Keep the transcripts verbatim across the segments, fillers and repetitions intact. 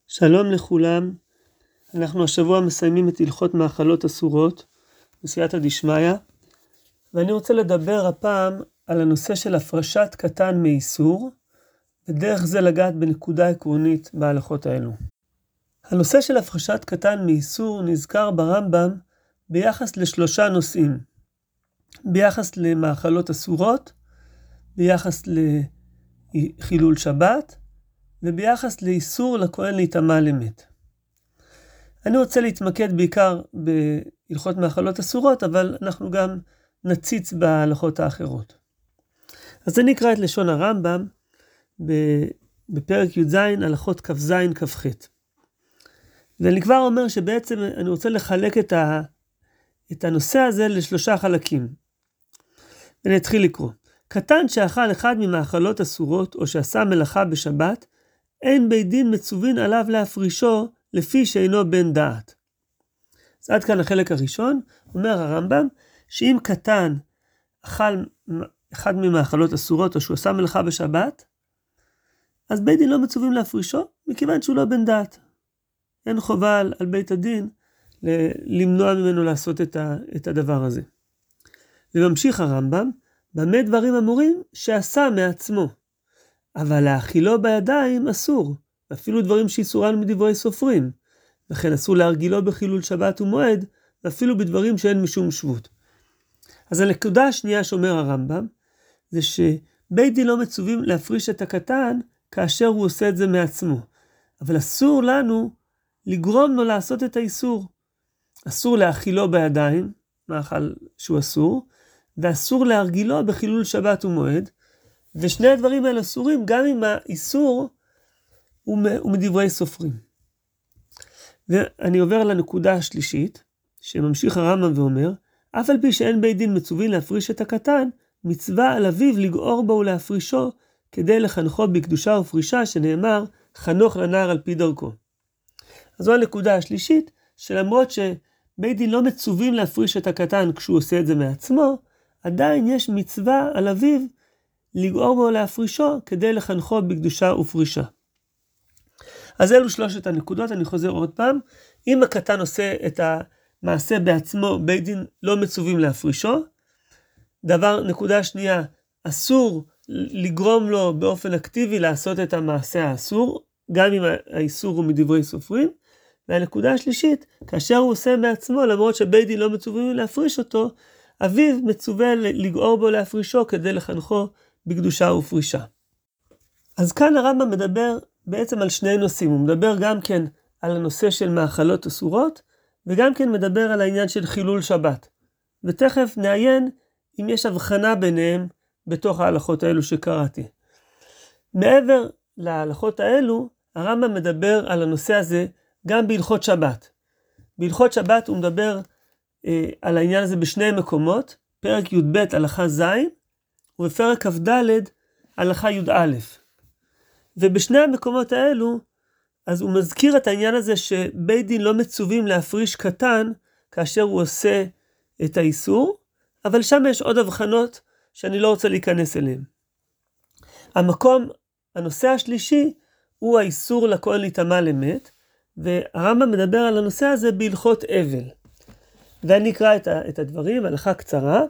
שלום לכולם, אנחנו השבוע מסיימים את הלכות מאכלות אסורות, בסייעתא דשמיא, ואני רוצה לדבר הפעם על הנושא של הפרשת קטן מאיסור, ודרך זה לגעת בנקודה עקרונית בהלכות האלו. הנושא של הפרשת קטן מאיסור נזכר ברמב"ם ביחס לשלושה נושאים, ביחס למאכלות אסורות, ביחס לחילול שבת, וביחס לאיסור לכהן להיטמא למת. אני רוצה להתמקד בעיקר בהלכות מאכלות אסורות, אבל אנחנו גם נציץ בהלכות האחרות. אז אני אקרא את לשון הרמב"ם בפרק י"ז, הלכות כ"ז כ"ח. ואני כבר אומר שבעצם אני רוצה לחלק את, ה, את הנושא הזה לשלושה חלקים. ואני אתחיל לקרוא. קטן שאכל אחד ממאכלות אסורות, או שעשה מלאכה בשבת, אין בית דין מצווין עליו להפרישו לפי שאינו בן דעת. אז עד כאן החלק הראשון, אומר הרמב"ם, שאם קטן אכל אחד ממאכלות אסורות או שהוא עשה מלאכה בשבת, אז בית דין לא מצווים להפרישו, מכיוון שהוא לא בן דעת. אין חובה על, על בית הדין למנוע ממנו לעשות את, ה, את הדבר הזה. וממשיך הרמב"ם, במה דברים אמורים שעשה מעצמו. אבל להאכילו בידיים אסור, ואפילו דברים שאיסורן מדברי סופרים, וכן אסור להרגילו בחילול שבת ומועד, ואפילו בדברים שאין משום שבות. אז הנקודה השנייה שאומר הרמב"ם, זה שבית דין לא מצווים להפריש את הקטן, כאשר הוא עושה את זה מעצמו. אבל אסור לנו לגרום לו לעשות את האיסור. אסור להאכילו בידיים, מאכל שהוא אסור, ואסור להרגילו בחילול שבת ומועד, ושני הדברים האלה אסורים גם אם האיסור הוא מדברי סופרים. ואני עובר לנקודה השלישית, שממשיך הרמב"ם ואומר, אף על פי שאין בית דין מצווין להפריש את הקטן, מצווה על אביו לגעור בו ולהפרישו, כדי לחנכו בקדושה ופרישה, שנאמר, חנוך לנער על פי דרכו. אז זו הנקודה השלישית, שלמרות שבית דין לא מצווים להפריש את הקטן כשהוא עושה את זה מעצמו, עדיין יש מצווה על אביו לגעור בו להפרישו, כדי לחנכו בקדושה ופרישה. אז אלו שלושת הנקודות, אני חוזר עוד פעם. אם הקטן עושה את המעשה בעצמו, בית דין לא מצווים להפרישו. דבר, נקודה שנייה, אסור לגרום לו באופן אקטיבי לעשות את המעשה האסור, גם אם האיסור הוא מדברי סופרים. והנקודה השלישית, כאשר הוא עושה בעצמו, למרות שבית דין לא מצווים להפריש אותו, אביו מצווה לגעור בו להפרישו, כדי לחנכו בקדושה ופרישה. אז כאן הרמב"ם מדבר בעצם על שני נושאים. הוא מדבר גם כן על הנושא של מאכלות אסורות, וגם כן מדבר על העניין של חילול שבת. ותכף נעיין אם יש הבחנה ביניהם בתוך ההלכות האלו שקראתי. מעבר להלכות האלו, הרמב"ם מדבר על הנושא הזה גם בהלכות שבת. בהלכות שבת הוא מדבר אה, על העניין הזה בשני מקומות, פרק י"ב הלכה ז', ובפרק כ"ד הלכה י"א. ובשני המקומות האלו, אז הוא מזכיר את העניין הזה שבית דין לא מצווים להפריש קטן כאשר הוא עושה את האיסור, אבל שם יש עוד הבחנות שאני לא רוצה להיכנס אליהן. המקום, הנושא השלישי, הוא האיסור לכהן להיטמא למת, והרמב"ם מדבר על הנושא הזה בהלכות אבל. ואני אקרא את, את הדברים, הלכה קצרה,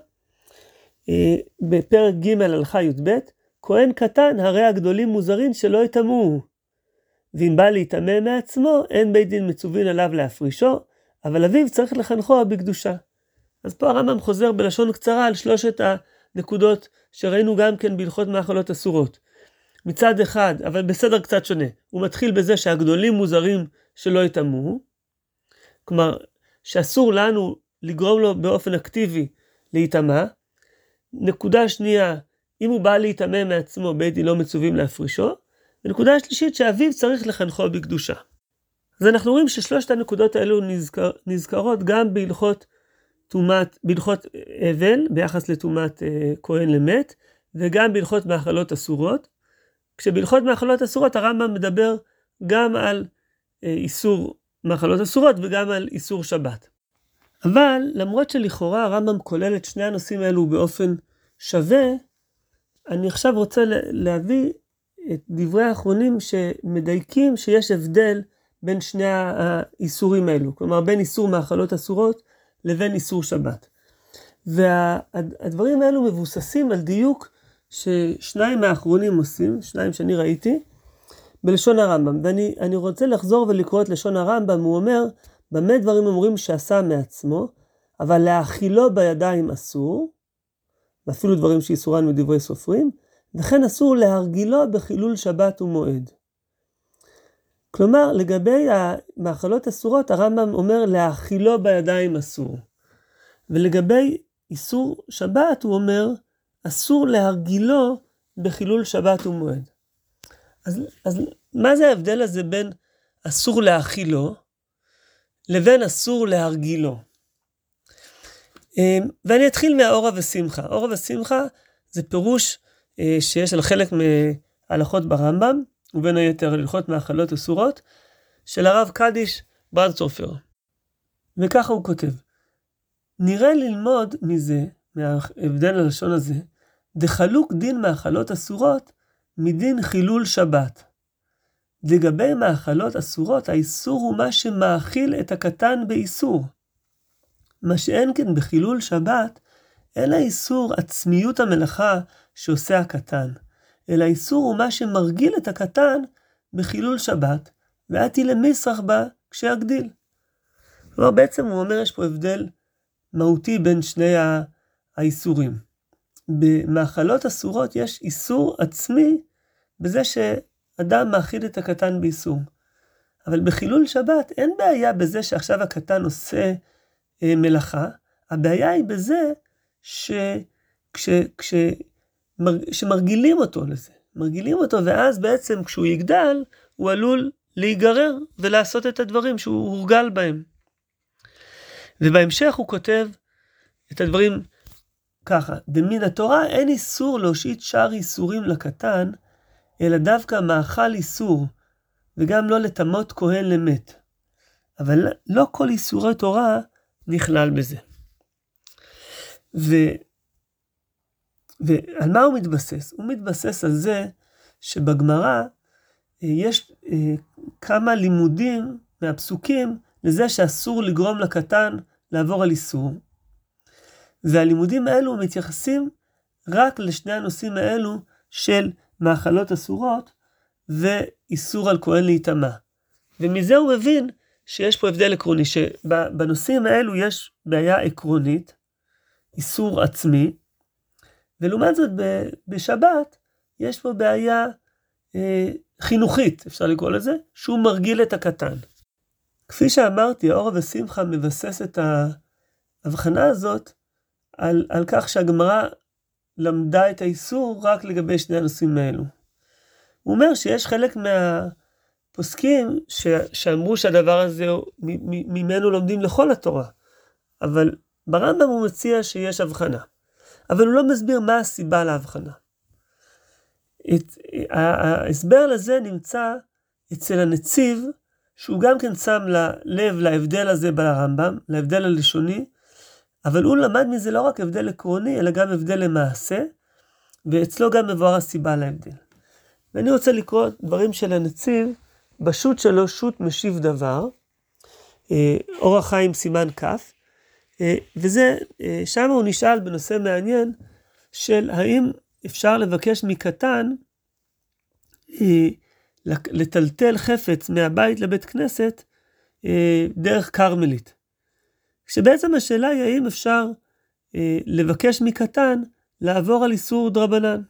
בפרק ג' הלכה י"ב, כהן קטן הרי הגדולים מוזרים שלא יטמאו, ואם בא להיטמא מעצמו אין בית דין מצווין עליו להפרישו, אבל אביו צריך לחנכו בקדושה. אז פה הרמב"ם חוזר בלשון קצרה על שלושת הנקודות שראינו גם כן בהלכות מאכלות אסורות. מצד אחד, אבל בסדר קצת שונה, הוא מתחיל בזה שהגדולים מוזרים שלא יטמאו, כלומר שאסור לנו לגרום לו באופן אקטיבי להיטמא. נקודה שנייה, אם הוא בא להיטמא מעצמו, בית דין לא מצווים להפרישו. ונקודה השלישית, שאביו צריך לחנכו בקדושה. אז אנחנו רואים ששלושת הנקודות האלו נזכר, נזכרות גם בהלכות תומת, בהלכות אבל, ביחס לתומת אה, כהן למת, וגם בהלכות מאכלות אסורות. כשבהלכות מאכלות אסורות, הרמב"ם מדבר גם על אה, איסור מאכלות אסורות, וגם על איסור שבת. אבל למרות שלכאורה הרמב"ם כולל את שני הנושאים האלו באופן שווה, אני עכשיו רוצה להביא את דברי האחרונים שמדייקים שיש הבדל בין שני האיסורים האלו, כלומר בין איסור מאכלות אסורות לבין איסור שבת. והדברים האלו מבוססים על דיוק ששניים מהאחרונים עושים, שניים שאני ראיתי, בלשון הרמב"ם. ואני אני רוצה לחזור ולקרוא את לשון הרמב"ם. הוא אומר, במה דברים אומרים שעשה מעצמו, אבל להאכילו בידיים אסור, ואפילו דברים שאיסורן מדברי סופרים, וכן אסור להרגילו בחילול שבת ומועד. כלומר, לגבי המאכלות אסורות, הרמב"ם אומר להאכילו בידיים אסור. ולגבי איסור שבת, הוא אומר, אסור להרגילו בחילול שבת ומועד. אז, אז מה זה ההבדל הזה בין אסור להאכילו, לבין אסור להרגילו? ואני אתחיל מהאורה ושמחה. אורה ושמחה זה פירוש שיש על חלק מהלכות ברמב"ם, ובין היתר הלכות מאכלות אסורות, של הרב קדיש ברנדסטרופר. וככה הוא כותב, נראה ללמוד מזה, מההבדל הלשון הזה, דחלוק דין מאכלות אסורות מדין חילול שבת. לגבי מאכלות אסורות, האיסור הוא מה שמאכיל את הקטן באיסור. מה שאין כן בחילול שבת, אין האיסור עצמיות המלאכה שעושה הקטן, אלא האיסור הוא מה שמרגיל את הקטן בחילול שבת, ואתי למסרח בה כשיגדיל. כלומר, בעצם הוא אומר, יש פה הבדל מהותי בין שני האיסורים. במאכלות אסורות יש איסור עצמי, בזה שאדם מאכיל את הקטן באיסור. אבל בחילול שבת אין בעיה בזה שעכשיו הקטן עושה אה, מלאכה, הבעיה היא בזה ש... כש... כש... מר... שמרגילים אותו לזה. מרגילים אותו, ואז בעצם כשהוא יגדל, הוא עלול להיגרר ולעשות את הדברים שהוא הורגל בהם. ובהמשך הוא כותב את הדברים ככה, דמן התורה אין איסור להושיט שאר איסורים לקטן, אלא דווקא מאכל איסור, וגם לא לתמות כהן למת. אבל לא כל איסורי תורה נכלל בזה. ו... ועל מה הוא מתבסס? הוא מתבסס על זה שבגמרא יש כמה לימודים מהפסוקים לזה שאסור לגרום לקטן לעבור על איסור. והלימודים האלו מתייחסים רק לשני הנושאים האלו של מאכלות אסורות ואיסור על כהן להיטמא. ומזה הוא מבין שיש פה הבדל עקרוני, שבנושאים האלו יש בעיה עקרונית, איסור עצמי, ולעומת זאת בשבת יש פה בעיה אה, חינוכית, אפשר לקרוא לזה, שהוא מרגיל את הקטן. כפי שאמרתי, האורה ושמחה מבסס את ההבחנה הזאת על, על כך שהגמרא למדה את האיסור רק לגבי שני הנושאים האלו. הוא אומר שיש חלק מהפוסקים ש, שאמרו שהדבר הזה ממנו לומדים לכל התורה, אבל ברמב"ם הוא מציע שיש הבחנה. אבל הוא לא מסביר מה הסיבה להבחנה. את, ההסבר לזה נמצא אצל הנציב, שהוא גם כן שם לב להבדל הזה ברמב"ם, להבדל הלשוני, אבל הוא למד מזה לא רק הבדל עקרוני, אלא גם הבדל למעשה, ואצלו גם מבואר הסיבה להבדל. ואני רוצה לקרוא דברים של הנציב, בשו"ת שלו, שו"ת משיב דבר, אורח חיים סימן כף, וזה, שם הוא נשאל בנושא מעניין, של האם אפשר לבקש מקטן, לטלטל חפץ מהבית לבית כנסת, דרך קרמלית. שבעצם השאלה היא האם אפשר לבקש מקטן, לעבור על איסור דרבנן.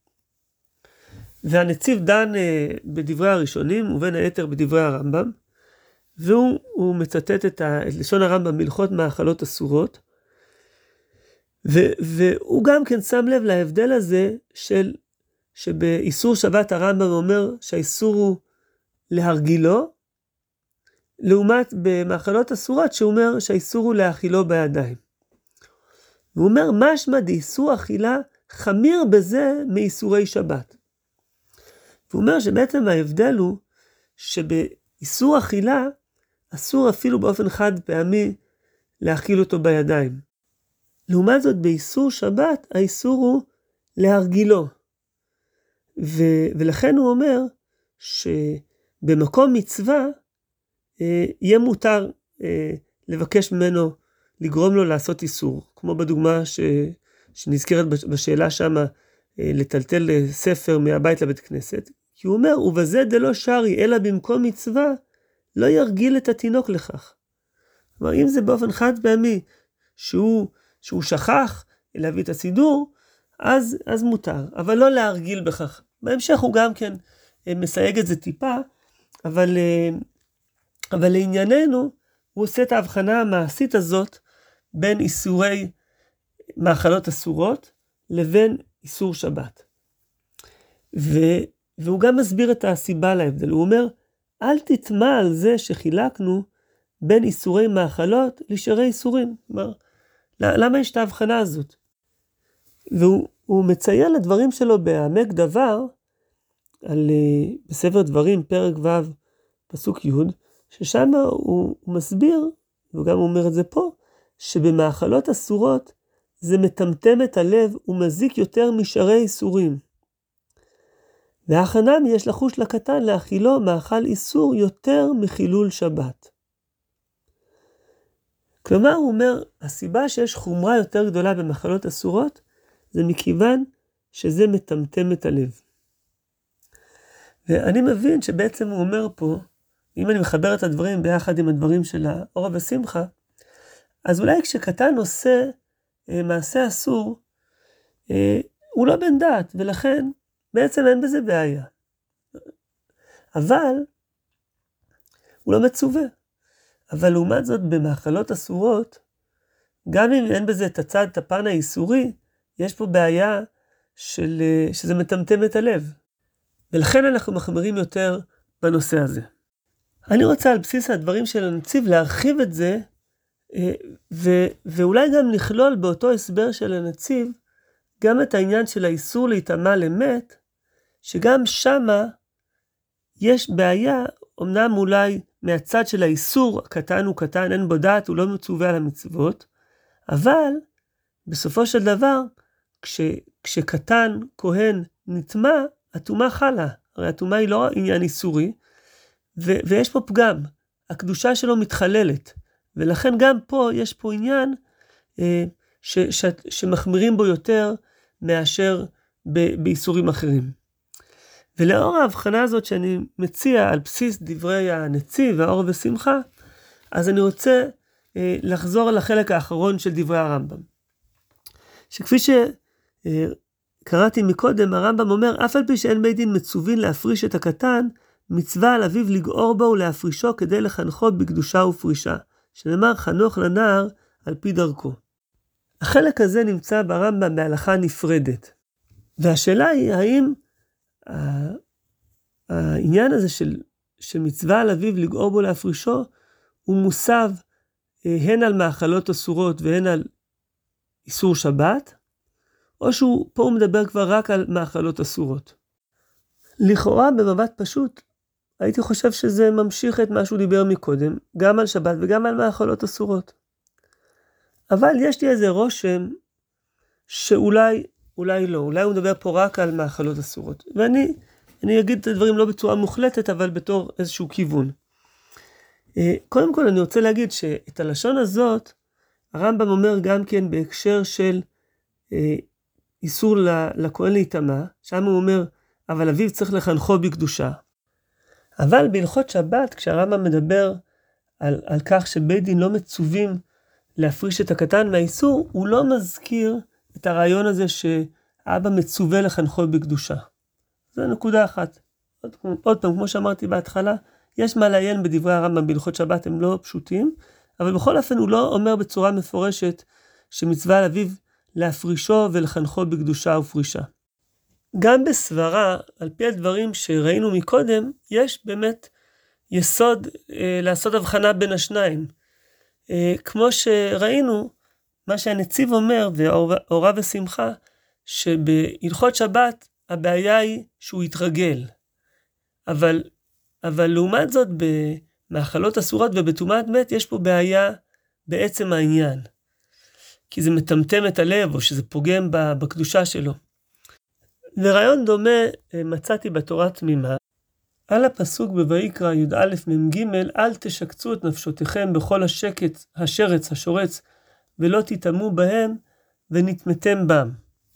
והנציב דן בדברי הראשונים, ובין היתר בדברי הרמב"ם, והוא מצטט את, ה, את לשון הרמב"ם בהלכות מאכלות אסורות, ו, והוא גם כן שם לב להבדל הזה של, שבאיסור שבת הרמב"ם אומר שהאיסור הוא להרגילו, לעומת במאכלות אסורות שהוא אומר שהאיסור הוא להאכילו בידיים. והוא אומר משמע דאיסור אכילה חמיר בזה מאיסורי שבת. והוא אומר שבעצם ההבדל הוא שבאיסור אכילה אסור אפילו באופן חד פעמי להאכיל אותו בידיים. לעומת זאת באיסור שבת האיסור הוא להרגילו. ו- ולכן הוא אומר שבמקום מצווה אה, יהיה מותר אה, לבקש ממנו לגרום לו לעשות איסור, כמו בדוגמה ש, שנזכרת בשאלה שמה, אה, לטלטל ספר מהבית לבית כנסת, כי הוא אומר, ובזה דלא שרי, אלא במקום מצווה, לא ירגיל את התינוק לכך. כלומר, אם זה באופן חד פעמי, שהוא, שהוא שכח להביא את הסידור, אז, אז מותר, אבל לא להרגיל בכך. בהמשך הוא גם כן אה, מסייג את זה טיפה, אבל, אה, אבל לענייננו, הוא עושה את ההבחנה המעשית הזאת, בין איסורי מאכלות אסורות, לבין איסור שבת. ו, והוא גם מסביר את הסיבה להבדל. הוא אומר, אל תטמע על זה שחילקנו בין איסורי מאכלות לשארי איסורים. כלומר, למה יש את ההבחנה הזאת? והוא מציין לדברים שלו בעמק דבר, על, בספר דברים, פרק ו', פסוק י', ששם הוא, הוא מסביר, וגם הוא אומר את זה פה, שבמאכלות אסורות זה מטמטם את הלב ומזיק יותר משארי איסורים. והחנם יש לחוש לקטן להאכילו מאכל איסור יותר מחילול שבת. כלומר, הוא אומר, הסיבה שיש חומרה יותר גדולה במאכלות אסורות, זה מכיוון שזה מטמטם את הלב. ואני מבין שבעצם הוא אומר פה, אם אני מחבר את הדברים ביחד עם הדברים של האור ושמחה, אז אולי כשקטן עושה אה, מעשה אסור, אה, הוא לא בן דעת, ולכן בעצם אין בזה בעיה. אבל הוא לא מצווה. אבל לעומת זאת במאכלות אסורות, גם אם אין בזה את הצד, את הפן האיסורי, יש פה בעיה של, שזה מטמטם את הלב. ולכן אנחנו מחמירים יותר בנושא הזה. אני רוצה על בסיס הדברים של הנציב להרחיב את זה, ו- ואולי גם לכלול באותו הסבר של הנציב, גם את העניין של האיסור להיטמע למת, שגם שמה יש בעיה, אמנם אולי מהצד של האיסור, הקטן הוא קטן, אין בו דעת, הוא לא מצווה על המצוות, אבל בסופו של דבר, כש, כשקטן כהן נטמע, הטומאה חלה. הרי הטומאה היא לא עניין איסורי, ו, ויש פה פגם. הקדושה שלו מתחללת. ולכן גם פה יש פה עניין אה, ש, ש, שמחמירים בו יותר מאשר ב, באיסורים אחרים. ולאור ההבחנה הזאת שאני מציע על בסיס דברי הנציב והאור ושמחה, אז אני רוצה אה, לחזור על החלק האחרון של דברי הרמב"ם. שכפי שקראתי מקודם, הרמב"ם אומר, אף על פי שאין בית דין מצווין להפריש את הקטן, מצווה על אביו לגעור בו ולהפרישו כדי לחנכו בקדושה ופרישה. שנאמר חנוך לנער על פי דרכו. החלק הזה נמצא ברמב"ם בהלכה נפרדת. והשאלה היא, האם העניין הזה של, של מצווה על אביו לגעור בו להפרישו, הוא מוסב הן על מאכלות אסורות והן על איסור שבת, או שהוא פה הוא מדבר כבר רק על מאכלות אסורות. לכאורה במבט פשוט, הייתי חושב שזה ממשיך את מה שהוא דיבר מקודם, גם על שבת וגם על מאכלות אסורות. אבל יש לי איזה רושם שאולי, אולי לא, אולי הוא מדבר פה רק על מאכלות אסורות. ואני אני אגיד את הדברים לא בצורה מוחלטת, אבל בתור איזשהו כיוון. קודם כל אני רוצה להגיד שאת הלשון הזאת, הרמב"ם אומר גם כן בהקשר של איסור לכהן להיטמע, שם הוא אומר, אבל אביו צריך לחנכו בקדושה. אבל בהלכות שבת, כשהרמב"ם מדבר על, על כך שבית דין לא מצווים להפריש את הקטן מהאיסור, הוא לא מזכיר את הרעיון הזה שאבא מצווה לחנכו בקדושה. זו נקודה אחת. עוד, עוד פעם, כמו שאמרתי בהתחלה, יש מה לעיין בדברי הרמב"ם בהלכות שבת, הם לא פשוטים, אבל בכל אופן הוא לא אומר בצורה מפורשת שמצווה על אביו להפרישו ולחנכו בקדושה ופרישה. גם בסברה, על פי הדברים שראינו מקודם, יש באמת יסוד אה, לעשות הבחנה בין השניים. אה, כמו שראינו, מה שהנציב אומר, ואורה ושמחה, שבהלכות שבת הבעיה היא שהוא יתרגל. אבל, אבל לעומת זאת, במאכלות אסורות ובטומאת מת, יש פה בעיה בעצם העניין. כי זה מטמטם את הלב, או שזה פוגם בקדושה שלו. ורעיון דומה מצאתי בתורה תמימה, על הפסוק בויקרא י"א מ"ג, אל תשקצו את נפשותיכם בכל השקט, השרץ, השורץ, ולא תטמאו בהם ונטמאתם בם.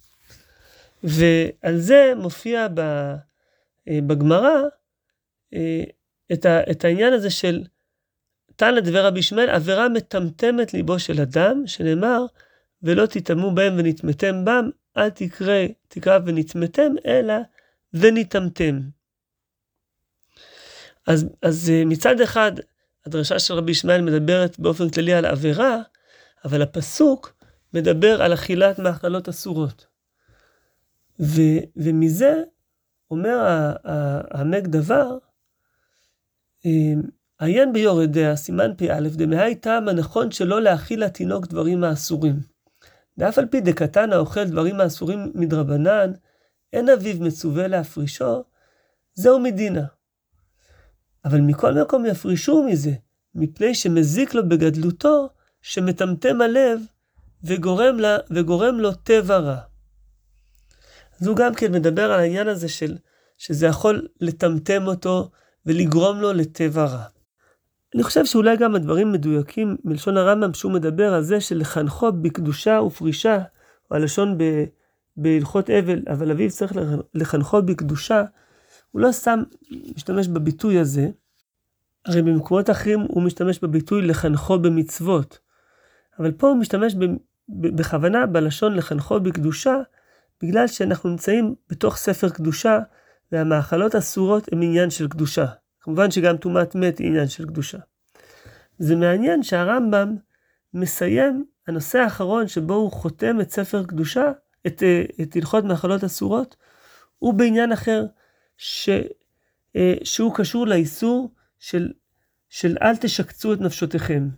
ועל זה מופיע בגמרא את, ה, את העניין הזה של תנא דבר רבי ישמעאל, עבירה מטמטמת ליבו של אדם, שנאמר, ולא תטמאו בהם ונטמאתם בם, אל תקרא, תקרא ונטמאתם, אלא ונטמאתם. אז, אז מצד אחד, הדרשה של רבי ישמעאל מדברת באופן כללי על עבירה, אבל הפסוק מדבר על אכילת מאכלות אסורות. ו, ומזה אומר העמק דבר, עיין ביורדיה, סימן פי א', דמהי טעם הנכון שלא להאכיל לתינוק דברים האסורים. ואף על פי דקתן האוכל דברים האסורים מדרבנן, אין אביו מצווה להפרישו, זהו מדינה. אבל מכל מקום יפרישו מזה, מפני שמזיק לו בגדלותו, שמטמטם הלב וגורם, לה, וגורם לו טבע רע. אז הוא גם כן מדבר על העניין הזה של, שזה יכול לטמטם אותו ולגרום לו לטבע רע. אני חושב שאולי גם הדברים מדויקים מלשון הרמב"ם שהוא מדבר על זה של לחנכו בקדושה ופרישה, או הלשון ב, בהלכות אבל, אבל אביו צריך לחנכו בקדושה, הוא לא סתם משתמש בביטוי הזה, הרי במקומות אחרים הוא משתמש בביטוי לחנכו במצוות, אבל פה הוא משתמש ב, ב, בכוונה בלשון לחנכו בקדושה, בגלל שאנחנו נמצאים בתוך ספר קדושה, והמאכלות אסורות הם עניין של קדושה. כמובן שגם טומאת מת היא עניין של קדושה. זה מעניין שהרמב"ם מסיים הנושא האחרון שבו הוא חותם את ספר קדושה, את, את הלכות מאכלות אסורות, הוא בעניין אחר ש, שהוא קשור לאיסור של, של אל תשקצו את נפשותיכם.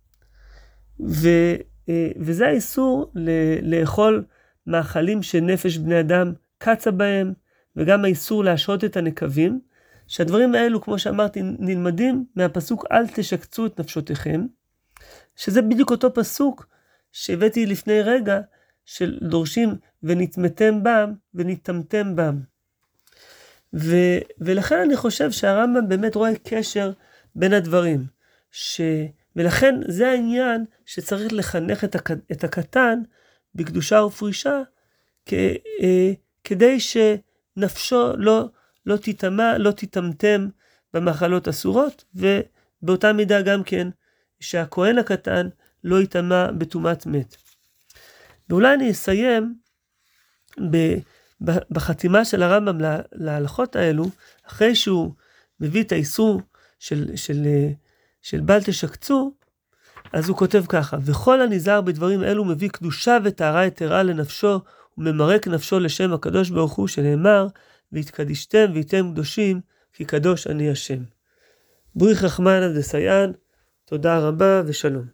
ו, וזה האיסור לאכול מאכלים שנפש בני אדם קצה בהם, וגם האיסור להשעות את הנקבים, שהדברים האלו, כמו שאמרתי, נלמדים מהפסוק אל תשקצו את נפשותיכם, שזה בדיוק אותו פסוק שהבאתי לפני רגע, של דורשים ונטמאתם בם ונטמאתם בם. ו, ולכן אני חושב שהרמב"ם באמת רואה קשר בין הדברים, ש, ולכן זה העניין שצריך לחנך את, הק, את הקטן בקדושה ופרישה, כ, אה, כדי שנפשו לא, לא תטמא, לא תטמטם במאכלות אסורות, ובאותה מידה גם כן, שהכהן הקטן לא יטמא בטומאת מת. ואולי אני אסיים ב, ב, בחתימה של הרמב"ם לה, להלכות האלו, אחרי שהוא מביא את האיסור של, של, של בל תשקצו, אז הוא כותב ככה, וכל הנזהר בדברים אלו מביא קדושה וטהרה יתרה לנפשו, וממרק נפשו לשם הקדוש ברוך הוא, שנאמר, והתקדישתם והייתם קדושים, כי קדוש אני השם. בריך רחמנא דסייען, תודה רבה ושלום.